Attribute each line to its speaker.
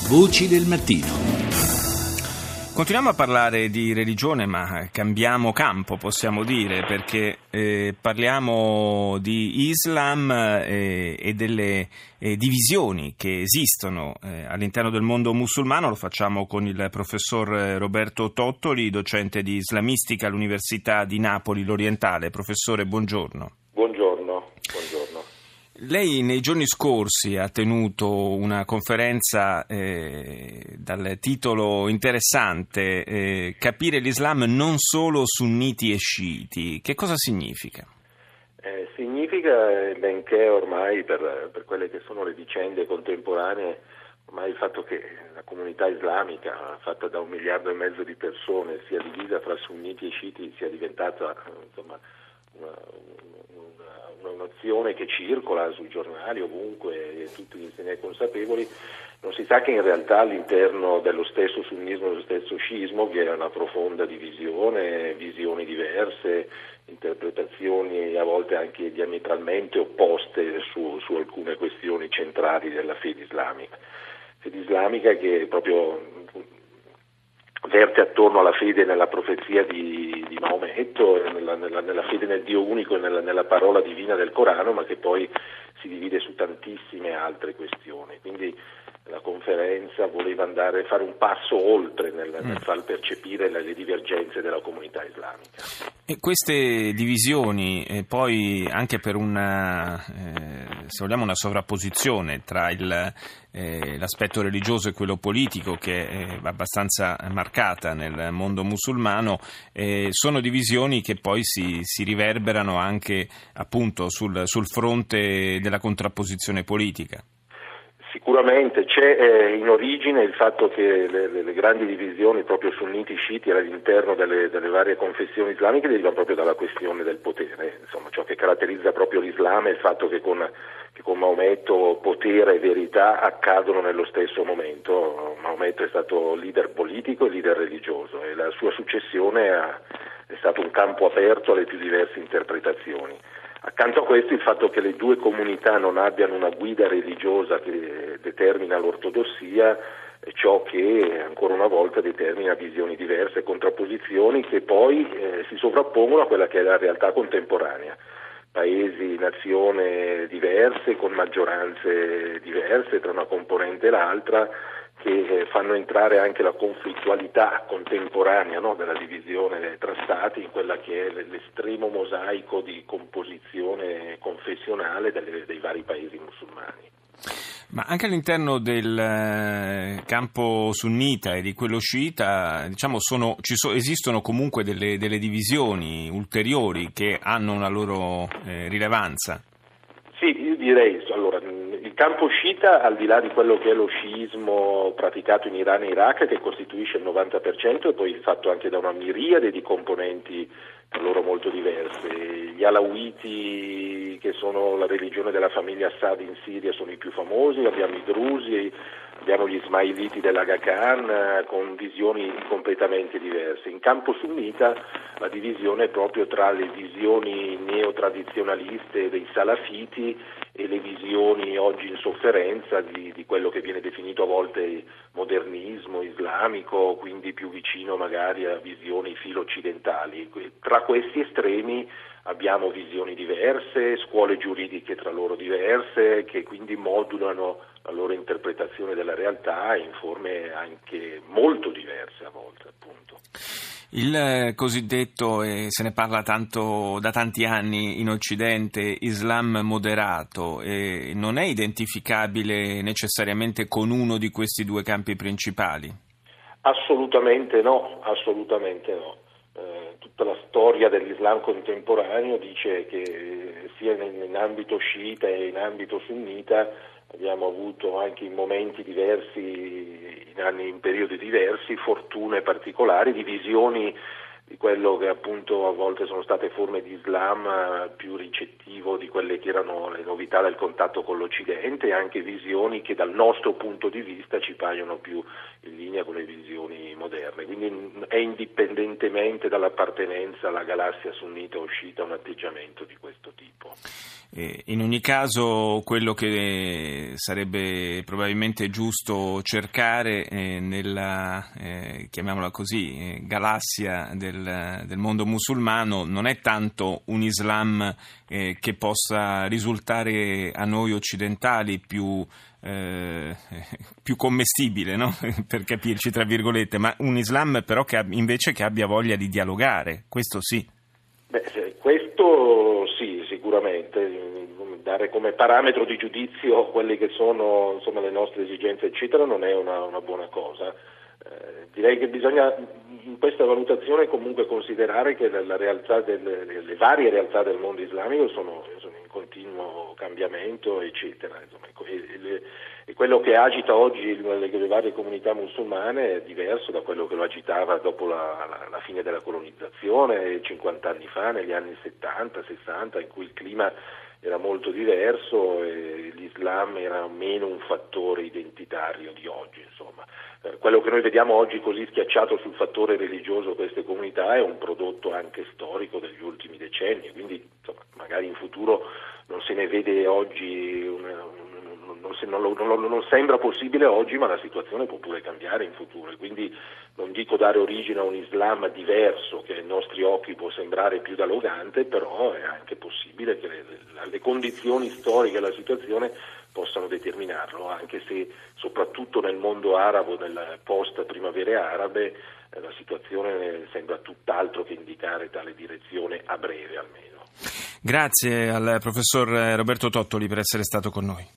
Speaker 1: Voci del mattino.
Speaker 2: Continuiamo a parlare di religione, ma cambiamo campo, possiamo dire, perché parliamo di Islam e delle divisioni che esistono all'interno del mondo musulmano. Lo facciamo con il professor Roberto Tottoli, docente di islamistica all'Università di Napoli l'Orientale. Professore, buongiorno.
Speaker 3: Buongiorno.
Speaker 2: Lei nei giorni scorsi ha tenuto una conferenza dal titolo interessante, Capire l'Islam non solo sunniti e sciiti. Che cosa significa?
Speaker 3: Significa, benché ormai per quelle che sono le vicende contemporanee, ormai il fatto che la comunità islamica, fatta da 1,5 miliardi di persone, sia divisa fra sunniti e sciiti, sia diventata un'azione che circola sui giornali ovunque e tutti se ne è consapevoli. Non si sa che in realtà all'interno dello stesso sunnismo e dello stesso sciismo vi è una profonda divisione, visioni diverse, interpretazioni a volte anche diametralmente opposte su alcune questioni centrali della fede islamica. Fede islamica che proprio verte attorno alla fede nella profezia di Maometto, nella fede nel Dio unico e nella parola divina del Corano, ma che poi si divide su tantissime altre questioni. Quindi la conferenza voleva fare un passo oltre nel far percepire le divergenze della comunità islamica.
Speaker 2: E queste divisioni, poi anche per una, se vogliamo, una sovrapposizione tra l'aspetto religioso e quello politico, che è abbastanza marcata nel mondo musulmano, sono divisioni che poi si riverberano anche appunto sul fronte della contrapposizione politica.
Speaker 3: Sicuramente c'è in origine il fatto che le grandi divisioni proprio sunniti sciiti all'interno delle varie confessioni islamiche derivano proprio dalla questione del potere. Insomma, ciò che caratterizza proprio l'Islam è il fatto che con Maometto potere e verità accadono nello stesso momento. Maometto è stato leader politico e leader religioso e la sua successione è stato un campo aperto alle più diverse interpretazioni. Accanto a questo il fatto che le due comunità non abbiano una guida religiosa che determina l'ortodossia è ciò che ancora una volta determina visioni diverse e contrapposizioni che poi si sovrappongono a quella che è la realtà contemporanea. Paesi, nazioni diverse, con maggioranze diverse tra una componente e l'altra, che fanno entrare anche la conflittualità contemporanea, no, della divisione tra stati in quella che è l'estremo mosaico di composizione confessionale dei vari paesi musulmani.
Speaker 2: Ma anche all'interno del campo sunnita e di quello sciita, diciamo, esistono comunque delle divisioni ulteriori che hanno una loro rilevanza.
Speaker 3: Sì, io direi, allora, il campo sciita, al di là di quello che è lo sciismo praticato in Iran e Iraq, che costituisce il 90%, è poi fatto anche da una miriade di componenti per loro molto diverse. Gli alawiti, che sono la religione della famiglia Assad in Siria, sono i più famosi, abbiamo i drusi, abbiamo gli ismailiti dell'Aga Khan, con visioni completamente diverse. In campo sunnita la divisione è proprio tra le visioni neotradizionaliste dei salafiti e le visioni oggi in sofferenza di quello che viene definito a volte modernismo islamico, quindi più vicino magari a visioni filo-occidentali. Tra questi estremi abbiamo visioni diverse, scuole giuridiche tra loro diverse, che quindi modulano la loro interpretazione della realtà in forme anche molto diverse a volte, appunto.
Speaker 2: Il cosiddetto, se ne parla tanto da tanti anni in Occidente, Islam moderato, non è identificabile necessariamente con uno di questi due campi principali?
Speaker 3: Assolutamente no. Tutta la storia dell'Islam contemporaneo dice che sia in ambito sciita e in ambito sunnita abbiamo avuto anche in momenti diversi, in periodi diversi, fortune particolari, divisioni di quello che appunto a volte sono state forme di Islam più ricettivo di quelle che erano le novità del contatto con l'Occidente, e anche visioni che dal nostro punto di vista ci paiono più in linea con le visioni moderne. Quindi è indipendentemente dall'appartenenza alla galassia sunnita o sciita un atteggiamento di questo tipo.
Speaker 2: In ogni caso, quello che sarebbe probabilmente giusto cercare nella, chiamiamola così, galassia del mondo musulmano non è tanto un Islam che possa risultare a noi occidentali più commestibile, no? Per capirci, tra virgolette, ma un Islam però che invece che abbia voglia di dialogare, questo sì.
Speaker 3: Questo sì, sicuramente. Dare come parametro di giudizio quelle che sono, insomma, le nostre esigenze, eccetera, non è una buona cosa. Direi che bisogna in questa valutazione comunque considerare che la realtà le varie realtà del mondo islamico sono in continuo cambiamento, eccetera. Insomma, e quello che agita oggi le varie comunità musulmane è diverso da quello che lo agitava dopo la fine della colonizzazione, 50 anni fa, negli anni 70, 60, in cui il clima era molto diverso e l'Islam era meno un fattore identitario di oggi, insomma. Quello che noi vediamo oggi così schiacciato sul fattore religioso queste comunità è un prodotto anche storico degli ultimi decenni, quindi insomma, magari in futuro non se ne vede oggi non sembra possibile oggi, ma la situazione può pure cambiare in futuro, e quindi non dico dare origine a un Islam diverso che ai nostri occhi può sembrare più dialogante, però è anche possibile che le condizioni storiche e la situazione possano determinarlo, anche se soprattutto nel mondo arabo, nel post primavere arabe, la situazione sembra tutt'altro che indicare tale direzione a breve almeno.
Speaker 2: Grazie al professor Roberto Tottoli per essere stato con noi.